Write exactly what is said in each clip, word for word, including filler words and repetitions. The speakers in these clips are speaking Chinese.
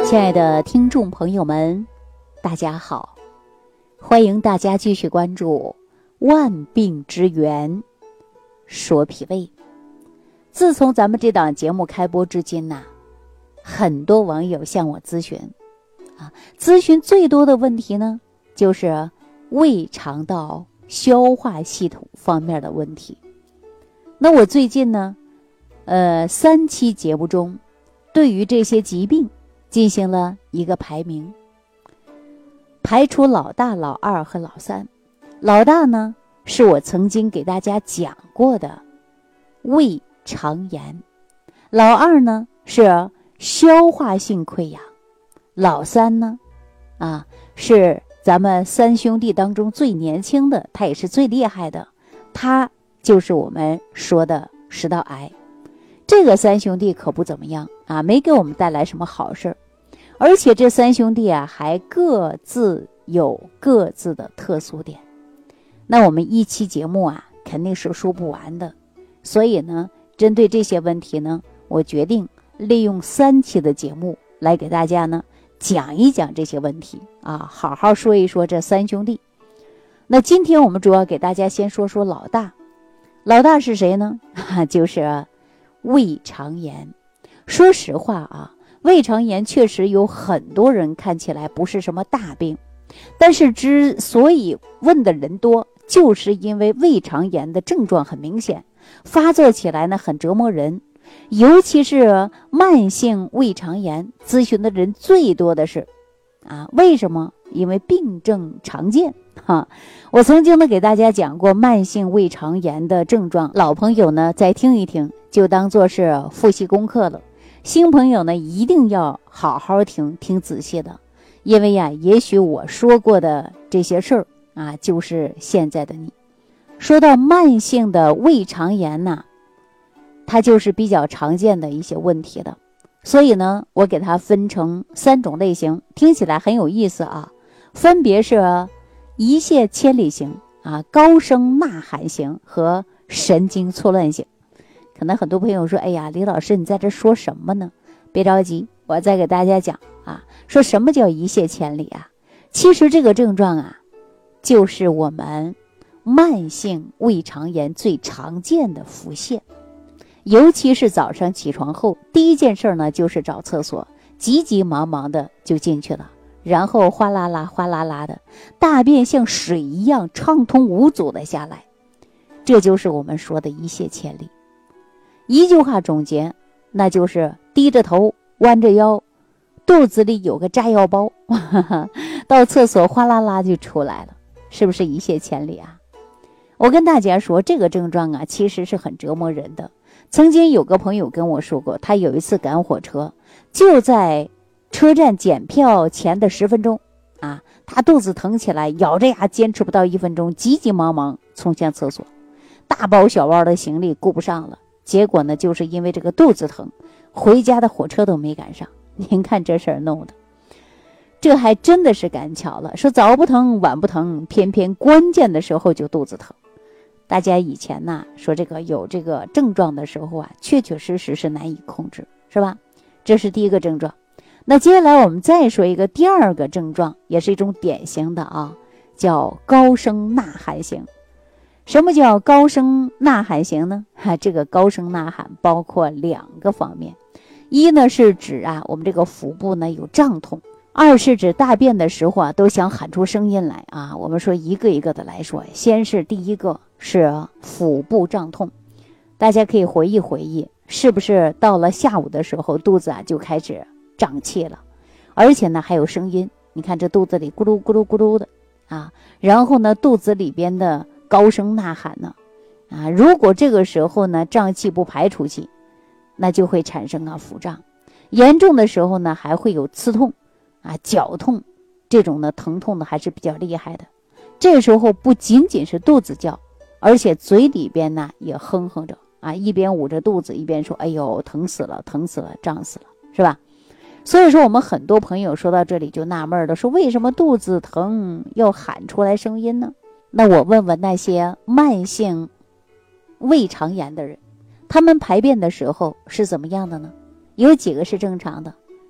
亲爱的听众朋友们，大家好，欢迎大家继续关注万病之源说脾胃。自从咱们这档节目开播至今呐、啊，很多网友向我咨询啊，咨询最多的问题呢，就是胃肠道消化系统方面的问题。那我最近呢，呃，三期节目中，对于这些疾病进行了一个排名，排除老大、老二和老三。老大呢，是我曾经给大家讲过的胃肠炎；老二呢是消化性溃疡；老三呢，啊，是咱们三兄弟当中最年轻的，他也是最厉害的，他就是我们说的食道癌。这个三兄弟可不怎么样啊，没给我们带来什么好事儿，而且这三兄弟啊还各自有各自的特殊点。那我们一期节目啊肯定是说不完的，所以呢，针对这些问题呢，我决定利用三期的节目来给大家呢讲一讲这些问题啊，好好说一说这三兄弟。那今天我们主要给大家先说说老大。老大是谁呢？就是胃肠炎。说实话啊，胃肠炎确实有很多人看起来不是什么大病，但是之所以问的人多，就是因为胃肠炎的症状很明显，发作起来呢很折磨人，尤其是慢性胃肠炎，咨询的人最多的是啊，为什么？因为病症常见哈。我曾经呢给大家讲过慢性胃肠炎的症状，老朋友呢再听一听，就当做是复习功课了。新朋友呢一定要好好听，听仔细的，因为呀，也许我说过的这些事儿啊，就是现在的你。说到慢性的胃肠炎呢、啊，它就是比较常见的一些问题的，所以呢，我给它分成三种类型，听起来很有意思啊，分别是一泻千里型啊、高声呐喊型和神经错乱型。可能很多朋友说，哎呀，李老师你在这说什么呢？别着急，我再给大家讲啊，说什么叫一泻千里啊？其实这个症状啊，就是我们慢性胃肠炎最常见的腹泻。尤其是早上起床后，第一件事呢就是找厕所，急急忙忙的就进去了，然后哗啦啦哗啦啦的，大便像水一样畅通无阻的下来，这就是我们说的一泻千里。一句话总结，那就是低着头弯着腰，肚子里有个炸药包，到厕所哗啦啦就出来了，是不是一泻千里啊？我跟大家说，这个症状啊其实是很折磨人的。曾经有个朋友跟我说过，他有一次赶火车，就在车站检票前的十分钟啊，他肚子疼起来，咬着牙坚持不到一分钟，急急忙忙冲向厕所，大包小包的行李顾不上了，结果呢就是因为这个肚子疼，回家的火车都没赶上。您看这事儿弄的，这还真的是赶巧了，说早不疼晚不疼，偏偏关键的时候就肚子疼。大家以前呢、啊、说这个有这个症状的时候啊，确确实实是难以控制，是吧？这是第一个症状。那接下来我们再说一个第二个症状，也是一种典型的啊，叫高声呐喊型。什么叫高声呐喊型呢？哈，这个高声呐喊包括两个方面，一呢是指啊我们这个腹部呢有胀痛，二是指大便的时候啊都想喊出声音来啊。我们说一个一个的来说，先是第一个是腹部胀痛，大家可以回忆回忆，是不是到了下午的时候肚子啊就开始胀气了，而且呢还有声音，你看这肚子里咕噜咕噜咕噜的啊，然后呢肚子里边的高声呐喊呢啊，如果这个时候呢胀气不排出去，那就会产生啊腹胀，严重的时候呢还会有刺痛啊绞痛，这种呢疼痛的还是比较厉害的。这时候不仅仅是肚子叫，而且嘴里边呢也哼哼着啊，一边捂着肚子一边说，哎呦疼死了疼死了胀死了，是吧？所以说我们很多朋友说到这里就纳闷了，说为什么肚子疼要喊出来声音呢？那我问问那些慢性胃肠炎的人，他们排便的时候是怎么样的呢？有几个是正常的？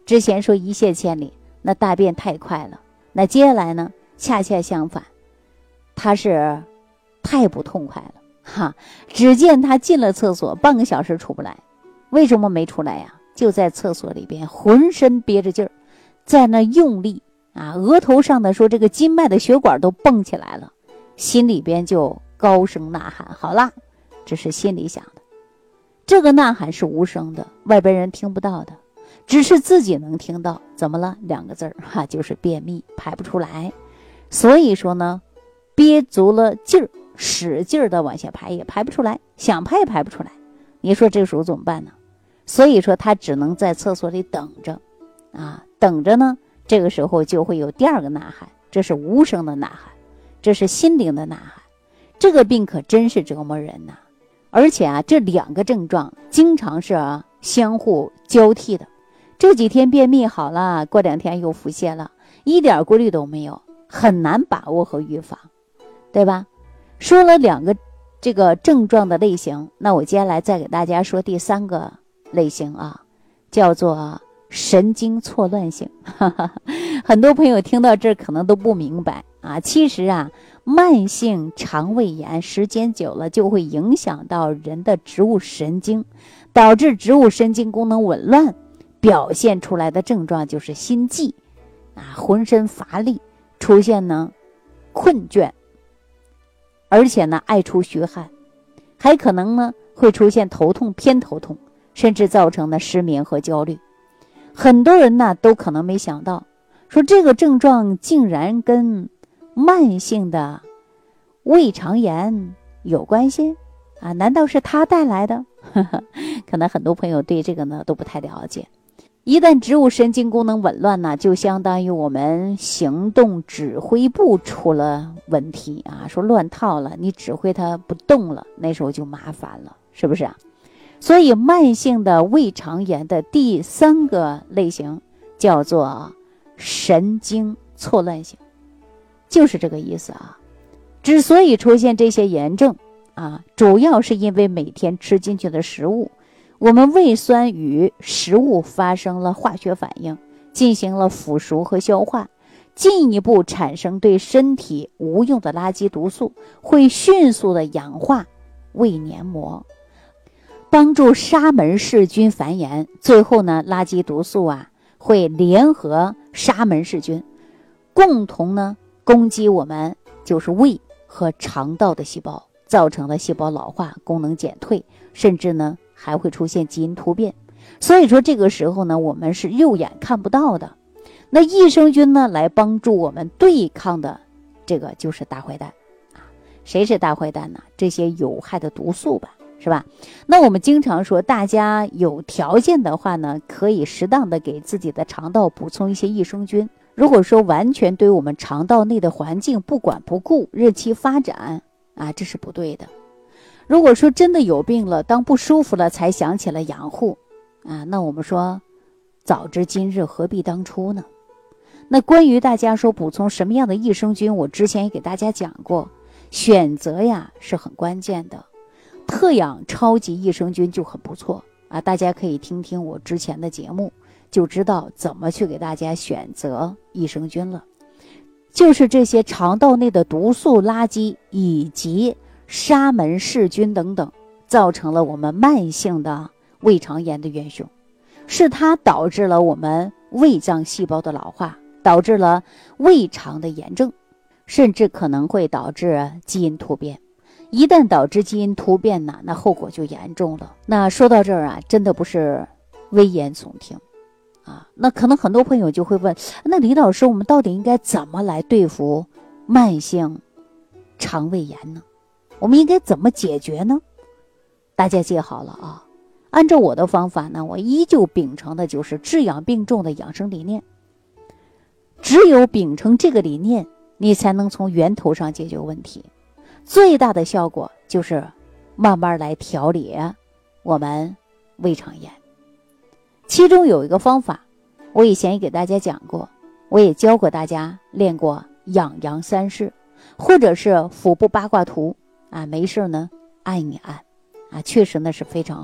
之前说一泻千里，那大便太快了，那接下来呢恰恰相反，他是太不痛快了哈。只见他进了厕所半个小时出不来，为什么没出来呀？就在厕所里边浑身憋着劲儿，在那用力啊，额头上的说这个经脉的血管都蹦起来了，心里边就高声呐喊，好啦，这是心里想的。这个呐喊是无声的，外边人听不到的，只是自己能听到。怎么了？两个字儿哈，就是便秘，排不出来。所以说呢，憋足了劲儿，使劲儿的往下排也排不出来，想排也排不出来。你说这个时候怎么办呢？所以说他只能在厕所里等着啊，等着呢，这个时候就会有第二个呐喊，这是无声的呐喊，这是心灵的呐喊。这个病可真是折磨人呐、啊！而且啊，这两个症状经常是啊相互交替的。这几天便秘好了，过两天又腹泻了，一点规律都没有，很难把握和预防，对吧？说了两个这个症状的类型，那我接下来再给大家说第三个类型啊，叫做神经错乱性。很多朋友听到这儿可能都不明白啊，其实啊，慢性肠胃炎时间久了就会影响到人的植物神经，导致植物神经功能紊乱，表现出来的症状就是心悸啊，浑身乏力，出现呢困倦，而且呢爱出虚汗，还可能呢会出现头痛、偏头痛，甚至造成的失眠和焦虑。很多人呢都可能没想到，说这个症状竟然跟慢性的胃肠炎有关系啊？难道是它带来的？可能很多朋友对这个呢都不太了解。一旦植物神经功能紊乱呢，就相当于我们行动指挥部出了问题啊，说乱套了，你指挥它不动了，那时候就麻烦了，是不是啊？所以慢性的胃肠炎的第三个类型叫做神经错乱性，就是这个意思啊。之所以出现这些炎症啊，主要是因为每天吃进去的食物，我们胃酸与食物发生了化学反应，进行了腐熟和消化，进一步产生对身体无用的垃圾毒素，会迅速的氧化胃黏膜，帮助沙门氏菌繁衍。最后呢，垃圾毒素啊会联合沙门氏菌，共同呢攻击我们就是胃和肠道的细胞，造成了细胞老化、功能减退，甚至呢还会出现基因突变。所以说这个时候呢，我们是肉眼看不到的。那益生菌呢来帮助我们对抗的这个就是大坏蛋啊。谁是大坏蛋呢？这些有害的毒素吧，是吧？那我们经常说，大家有条件的话呢，可以适当的给自己的肠道补充一些益生菌。如果说完全对我们肠道内的环境不管不顾，任其发展啊，这是不对的。如果说真的有病了，当不舒服了才想起了养护啊，那我们说早知今日何必当初呢？那关于大家说补充什么样的益生菌，我之前也给大家讲过，选择呀是很关键的。特养超级益生菌就很不错啊，大家可以听听我之前的节目，就知道怎么去给大家选择益生菌了。就是这些肠道内的毒素垃圾以及沙门氏菌等等，造成了我们慢性的胃肠炎的元凶，是它导致了我们胃脏细胞的老化，导致了胃肠的炎症，甚至可能会导致基因突变。一旦导致基因突变呢，那后果就严重了。那说到这儿啊，真的不是危言耸听啊。那可能很多朋友就会问，那李老师，我们到底应该怎么来对付慢性肠胃炎呢？我们应该怎么解决呢？大家记好了啊，按照我的方法呢，我依旧秉承的就是治养病重的养生理念。只有秉承这个理念，你才能从源头上解决问题。最大的效果就是慢慢来调理我们胃肠炎。其中有一个方法，我以前也给大家讲过，我也教过大家练过养阳三式，或者是腹部八卦图啊，没事呢按一按啊，确实呢是非常好。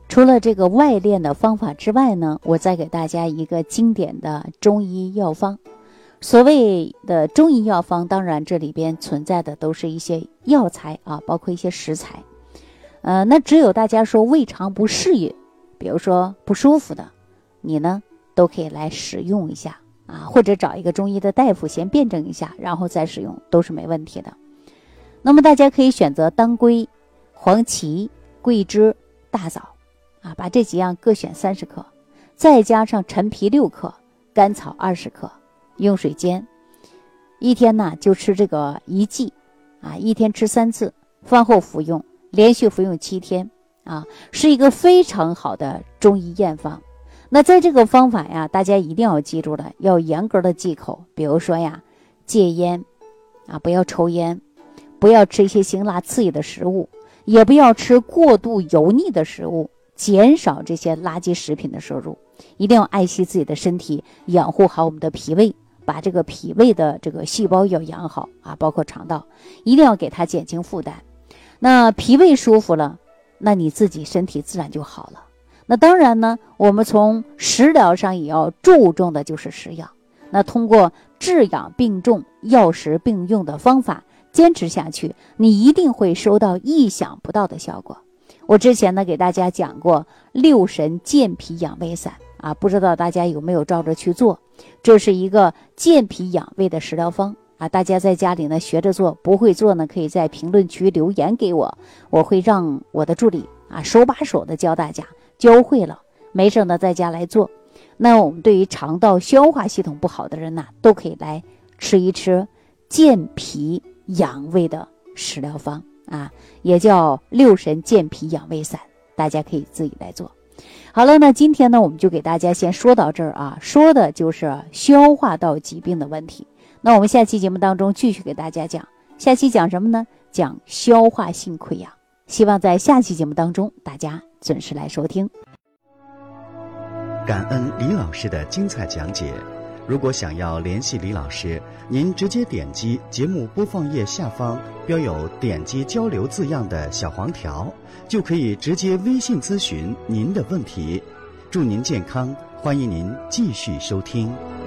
除了这个外练的方法之外呢，我再给大家一个经典的中医药方。所谓的中医药方，当然这里边存在的都是一些药材啊，包括一些食材。呃，那只有大家说胃肠不适应，比如说不舒服的，你呢都可以来使用一下啊，或者找一个中医的大夫先辩证一下，然后再使用，都是没问题的。那么大家可以选择当归、黄芪、桂枝、大枣啊，把这几样各选三十克，再加上陈皮六克、甘草二十克，用水煎。一天呢就吃这个一剂啊，一天吃三次，饭后服用，连续服用七天啊，是一个非常好的中医验方。那在这个方法呀，大家一定要记住了，要严格的忌口。比如说呀，戒烟啊，不要抽烟，不要吃一些辛辣刺激的食物，也不要吃过度油腻的食物，减少这些垃圾食品的摄入。一定要爱惜自己的身体，养护好我们的脾胃，把这个脾胃的这个细胞要养好啊，包括肠道，一定要给它减轻负担。那脾胃舒服了，那你自己身体自然就好了。那当然呢，我们从食疗上也要注重的就是食养。那通过治养并重、药食并用的方法坚持下去，你一定会收到意想不到的效果。我之前呢给大家讲过六神健脾养胃散啊，不知道大家有没有照着去做？这是一个健脾养胃的食疗方啊，大家在家里呢学着做，不会做呢可以在评论区留言给我，我会让我的助理啊手把手的教大家，教会了没事呢在家来做。那我们对于肠道消化系统不好的人呢，都可以来吃一吃健脾养胃的食疗方啊，也叫六神健脾养胃散，大家可以自己来做。好了，那今天呢我们就给大家先说到这儿啊，说的就是消化道疾病的问题。那我们下期节目当中继续给大家讲，下期讲什么呢？讲消化性溃疡。希望在下期节目当中大家准时来收听。 感恩李老师的精彩讲解。如果想要联系李老师，您直接点击节目播放页下方标有点击交流字样的小黄条，就可以直接微信咨询您的问题。祝您健康，欢迎您继续收听。